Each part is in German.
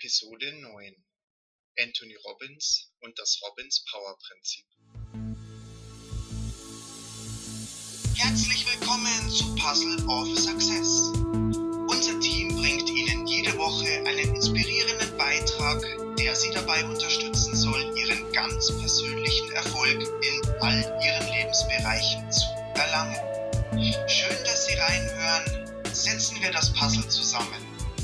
Episode 9: Anthony Robbins und das Robbins-Power-Prinzip. Herzlich willkommen zu Puzzle of Success. Unser Team bringt Ihnen jede Woche einen inspirierenden Beitrag, der Sie dabei unterstützen soll, Ihren ganz persönlichen Erfolg in all Ihren Lebensbereichen zu erlangen. Schön, dass Sie reinhören. Setzen wir das Puzzle zusammen.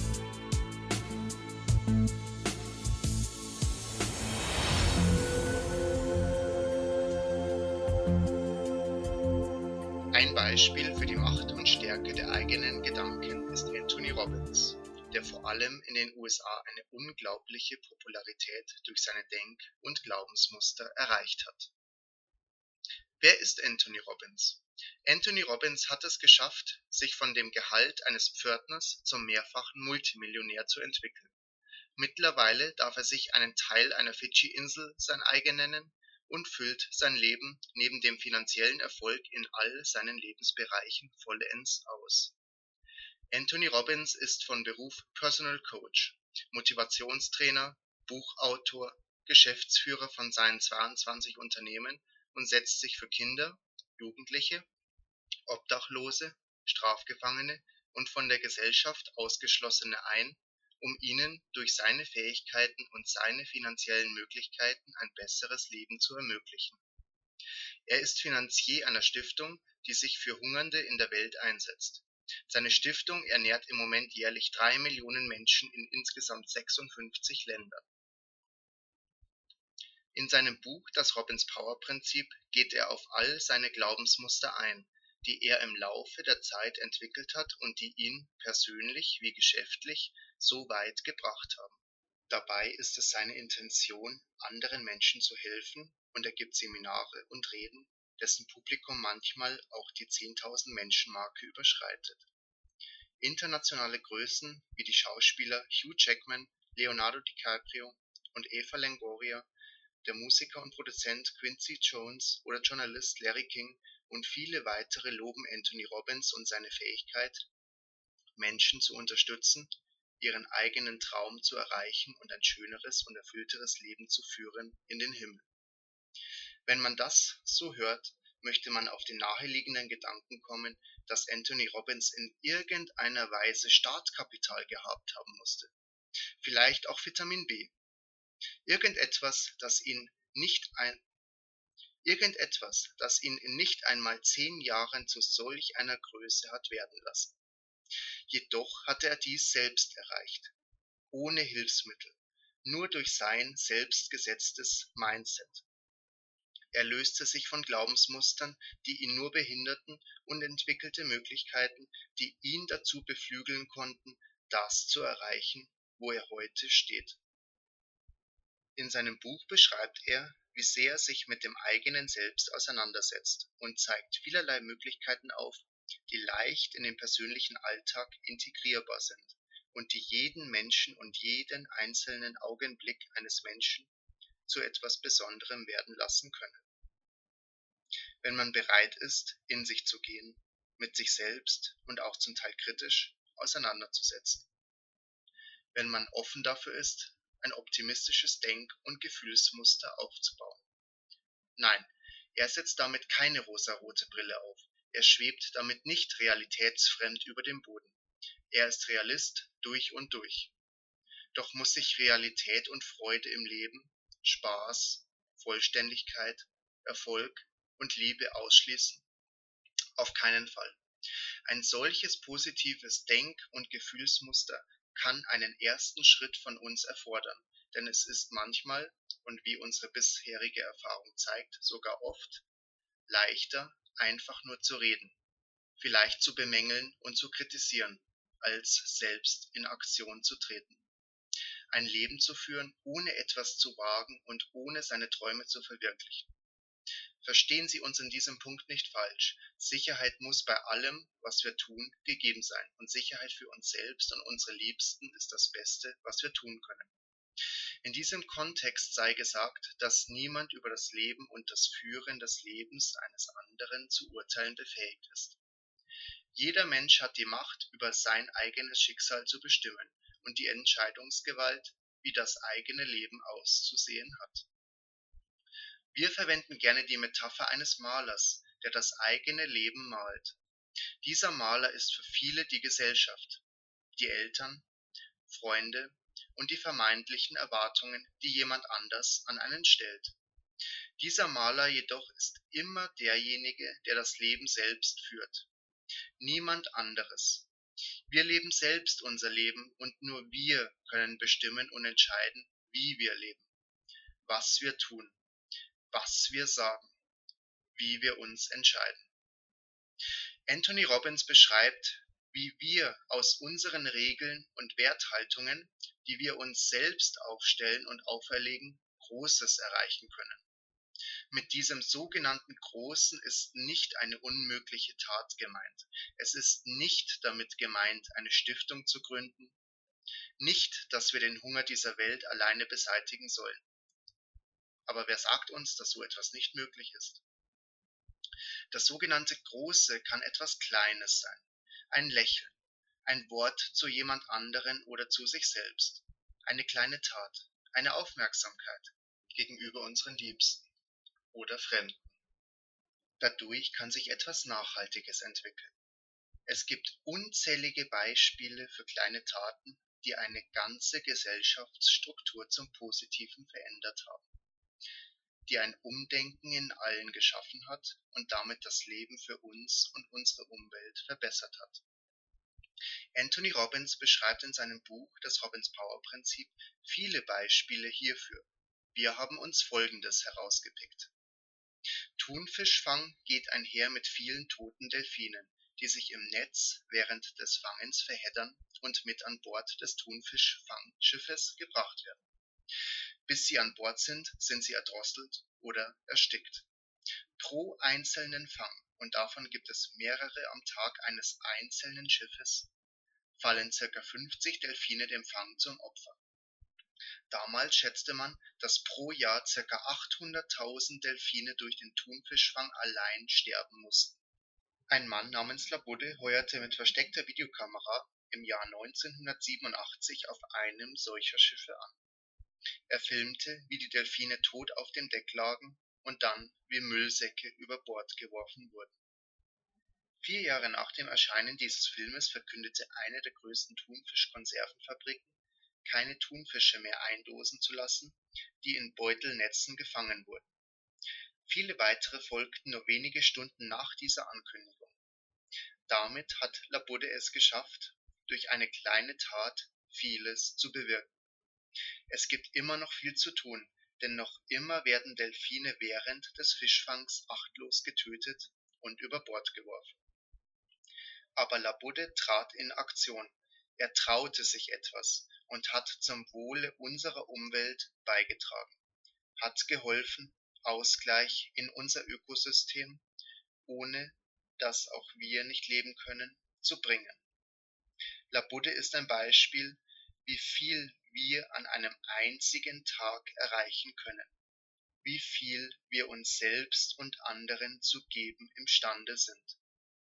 Ein Beispiel für die Macht und Stärke der eigenen Gedanken ist Anthony Robbins, der vor allem in den USA eine unglaubliche Popularität durch seine Denk- und Glaubensmuster erreicht hat. Wer ist Anthony Robbins? Anthony Robbins hat es geschafft, sich von dem Gehalt eines Pförtners zum mehrfachen Multimillionär zu entwickeln. Mittlerweile darf er sich einen Teil einer Fidschi-Insel sein eigen nennen und füllt sein Leben neben dem finanziellen Erfolg in all seinen Lebensbereichen vollends aus. Anthony Robbins ist von Beruf Personal Coach, Motivationstrainer, Buchautor, Geschäftsführer von seinen 22 Unternehmen und setzt sich für Kinder, Jugendliche, Obdachlose, Strafgefangene und von der Gesellschaft Ausgeschlossene ein, um ihnen durch seine Fähigkeiten und seine finanziellen Möglichkeiten ein besseres Leben zu ermöglichen. Er ist Finanzier einer Stiftung, die sich für Hungernde in der Welt einsetzt. Seine Stiftung ernährt im Moment jährlich 3 Millionen Menschen in insgesamt 56 Ländern. In seinem Buch Das Robbins-Power-Prinzip geht er auf all seine Glaubensmuster ein, die er im Laufe der Zeit entwickelt hat und die ihn persönlich wie geschäftlich so weit gebracht haben. Dabei ist es seine Intention, anderen Menschen zu helfen, und er gibt Seminare und Reden, dessen Publikum manchmal auch die 10.000 Menschen-Marke überschreitet. Internationale Größen wie die Schauspieler Hugh Jackman, Leonardo DiCaprio und Eva Longoria, der Musiker und Produzent Quincy Jones oder Journalist Larry King und viele weitere loben Anthony Robbins und seine Fähigkeit, Menschen zu unterstützen, ihren eigenen Traum zu erreichen und ein schöneres und erfüllteres Leben zu führen in den Himmel. Wenn man das so hört, möchte man auf den naheliegenden Gedanken kommen, dass Anthony Robbins in irgendeiner Weise Startkapital gehabt haben musste. Vielleicht auch Vitamin B. Irgendetwas, das ihn in nicht einmal 10 Jahren zu solch einer Größe hat werden lassen. Jedoch hatte er dies selbst erreicht, ohne Hilfsmittel, nur durch sein selbst gesetztes Mindset. Er löste sich von Glaubensmustern, die ihn nur behinderten, und entwickelte Möglichkeiten, die ihn dazu beflügeln konnten, das zu erreichen, wo er heute steht. In seinem Buch beschreibt er, wie sehr er sich mit dem eigenen Selbst auseinandersetzt und zeigt vielerlei Möglichkeiten auf, die leicht in den persönlichen Alltag integrierbar sind und die jeden Menschen und jeden einzelnen Augenblick eines Menschen zu etwas Besonderem werden lassen können. Wenn man bereit ist, in sich zu gehen, mit sich selbst und auch zum Teil kritisch auseinanderzusetzen. Wenn man offen dafür ist, ein optimistisches Denk- und Gefühlsmuster aufzubauen. Nein, er setzt damit keine rosarote Brille auf. Er schwebt damit nicht realitätsfremd über dem Boden. Er ist Realist durch und durch. Doch muss sich Realität und Freude im Leben, Spaß, Vollständigkeit, Erfolg und Liebe ausschließen? Auf keinen Fall. Ein solches positives Denk- und Gefühlsmuster kann einen ersten Schritt von uns erfordern, denn es ist manchmal, und wie unsere bisherige Erfahrung zeigt, sogar oft, leichter, einfach nur zu reden, vielleicht zu bemängeln und zu kritisieren, als selbst in Aktion zu treten. Ein Leben zu führen, ohne etwas zu wagen und ohne seine Träume zu verwirklichen. Verstehen Sie uns in diesem Punkt nicht falsch. Sicherheit muss bei allem, was wir tun, gegeben sein. Und Sicherheit für uns selbst und unsere Liebsten ist das Beste, was wir tun können. In diesem Kontext sei gesagt, dass niemand über das Leben und das Führen des Lebens eines anderen zu urteilen befähigt ist. Jeder Mensch hat die Macht, über sein eigenes Schicksal zu bestimmen und die Entscheidungsgewalt, wie das eigene Leben auszusehen hat. Wir verwenden gerne die Metapher eines Malers, der das eigene Leben malt. Dieser Maler ist für viele die Gesellschaft, die Eltern, Freunde und die vermeintlichen Erwartungen, die jemand anders an einen stellt. Dieser Maler jedoch ist immer derjenige, der das Leben selbst führt. Niemand anderes. Wir leben selbst unser Leben und nur wir können bestimmen und entscheiden, wie wir leben, was wir tun, was wir sagen, wie wir uns entscheiden. Anthony Robbins beschreibt, wie wir aus unseren Regeln und Werthaltungen, die wir uns selbst aufstellen und auferlegen, Großes erreichen können. Mit diesem sogenannten Großen ist nicht eine unmögliche Tat gemeint. Es ist nicht damit gemeint, eine Stiftung zu gründen, nicht, dass wir den Hunger dieser Welt alleine beseitigen sollen. Aber wer sagt uns, dass so etwas nicht möglich ist? Das sogenannte Große kann etwas Kleines sein. Ein Lächeln, ein Wort zu jemand anderen oder zu sich selbst, eine kleine Tat, eine Aufmerksamkeit gegenüber unseren Liebsten oder Fremden. Dadurch kann sich etwas Nachhaltiges entwickeln. Es gibt unzählige Beispiele für kleine Taten, die eine ganze Gesellschaftsstruktur zum Positiven verändert haben, die ein Umdenken in allen geschaffen hat und damit das Leben für uns und unsere Umwelt verbessert hat. Anthony Robbins beschreibt in seinem Buch Das Robbins-Power-Prinzip viele Beispiele hierfür. Wir haben uns Folgendes herausgepickt. Thunfischfang geht einher mit vielen toten Delfinen, die sich im Netz während des Fangens verheddern und mit an Bord des Thunfischfangschiffes gebracht werden. Bis sie an Bord sind, sind sie erdrosselt oder erstickt. Pro einzelnen Fang, und davon gibt es mehrere am Tag eines einzelnen Schiffes, fallen ca. 50 Delfine dem Fang zum Opfer. Damals schätzte man, dass pro Jahr ca. 800.000 Delfine durch den Thunfischfang allein sterben mussten. Ein Mann namens Labudde heuerte mit versteckter Videokamera im Jahr 1987 auf einem solcher Schiffe an. Er filmte, wie die Delfine tot auf dem Deck lagen und dann wie Müllsäcke über Bord geworfen wurden. 4 Jahre nach dem Erscheinen dieses Filmes verkündete eine der größten Thunfischkonservenfabriken, keine Thunfische mehr eindosen zu lassen, die in Beutelnetzen gefangen wurden. Viele weitere folgten nur wenige Stunden nach dieser Ankündigung. Damit hat Labudde es geschafft, durch eine kleine Tat vieles zu bewirken. Es gibt immer noch viel zu tun, denn noch immer werden Delfine während des Fischfangs achtlos getötet und über Bord geworfen. Aber Labudde trat in Aktion. Er traute sich etwas und hat zum Wohle unserer Umwelt beigetragen, hat geholfen, Ausgleich in unser Ökosystem, ohne das auch wir nicht leben können, zu bringen. Labudde ist ein Beispiel, wie viel wir an einem einzigen Tag erreichen können, wie viel wir uns selbst und anderen zu geben imstande sind.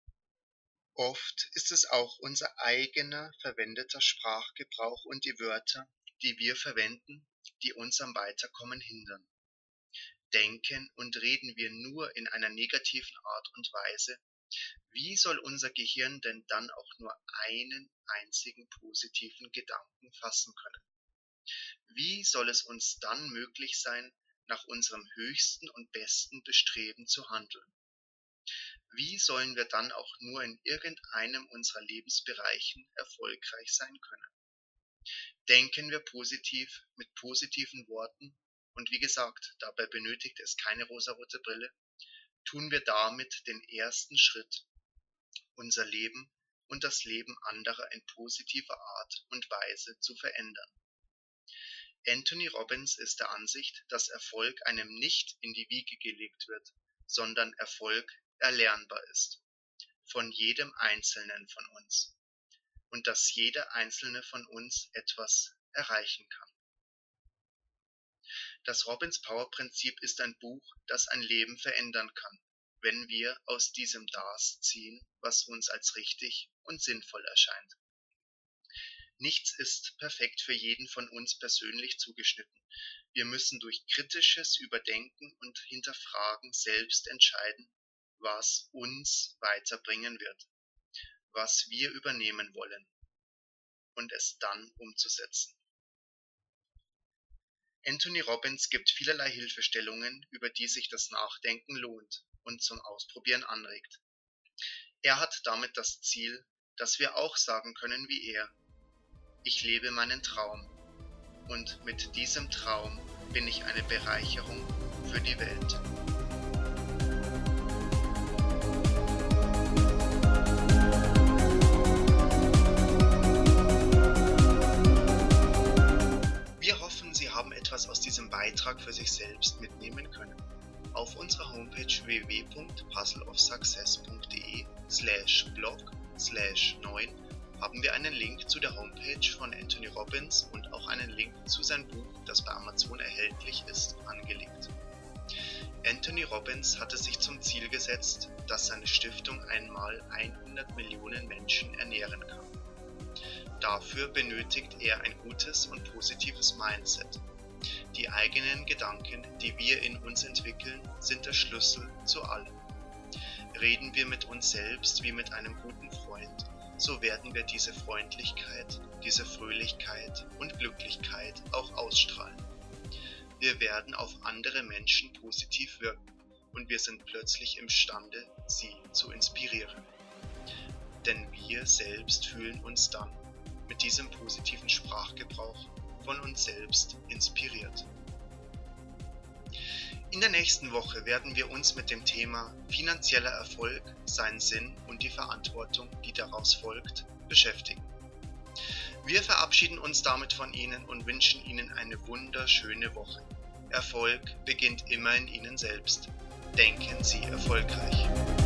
Oft ist es auch unser eigener verwendeter Sprachgebrauch und die Wörter, die wir verwenden, die uns am Weiterkommen hindern. Denken und reden wir nur in einer negativen Art und Weise, wie soll unser Gehirn denn dann auch nur einen einzigen positiven Gedanken fassen können? Wie soll es uns dann möglich sein, nach unserem höchsten und besten Bestreben zu handeln? Wie sollen wir dann auch nur in irgendeinem unserer Lebensbereichen erfolgreich sein können? Denken wir positiv mit positiven Worten und wie gesagt, dabei benötigt es keine rosarote Brille, tun wir damit den ersten Schritt, unser Leben und das Leben anderer in positiver Art und Weise zu verändern. Anthony Robbins ist der Ansicht, dass Erfolg einem nicht in die Wiege gelegt wird, sondern Erfolg erlernbar ist, von jedem Einzelnen von uns, und dass jeder Einzelne von uns etwas erreichen kann. Das Robbins-Power-Prinzip ist ein Buch, das ein Leben verändern kann, wenn wir aus diesem das ziehen, was uns als richtig und sinnvoll erscheint. Nichts ist perfekt für jeden von uns persönlich zugeschnitten. Wir müssen durch kritisches Überdenken und Hinterfragen selbst entscheiden, was uns weiterbringen wird, was wir übernehmen wollen und es dann umzusetzen. Anthony Robbins gibt vielerlei Hilfestellungen, über die sich das Nachdenken lohnt und zum Ausprobieren anregt. Er hat damit das Ziel, dass wir auch sagen können wie er: Ich lebe meinen Traum und mit diesem Traum bin ich eine Bereicherung für die Welt. Wir hoffen, Sie haben etwas aus diesem Beitrag für sich selbst mitnehmen können. Auf unserer Homepage www.puzzleofsuccess.de/blog/9 haben wir einen Link zu der Homepage von Anthony Robbins und auch einen Link zu seinem Buch, das bei Amazon erhältlich ist, angelegt. Anthony Robbins hatte sich zum Ziel gesetzt, dass seine Stiftung einmal 100 Millionen Menschen ernähren kann. Dafür benötigt er ein gutes und positives Mindset. Die eigenen Gedanken, die wir in uns entwickeln, sind der Schlüssel zu allem. Reden wir mit uns selbst wie mit einem guten Freund, so werden wir diese Freundlichkeit, diese Fröhlichkeit und Glücklichkeit auch ausstrahlen. Wir werden auf andere Menschen positiv wirken und wir sind plötzlich imstande, sie zu inspirieren. Denn wir selbst fühlen uns dann mit diesem positiven Sprachgebrauch von uns selbst inspiriert. In der nächsten Woche werden wir uns mit dem Thema finanzieller Erfolg, seinen Sinn und die Verantwortung, die daraus folgt, beschäftigen. Wir verabschieden uns damit von Ihnen und wünschen Ihnen eine wunderschöne Woche. Erfolg beginnt immer in Ihnen selbst. Denken Sie erfolgreich.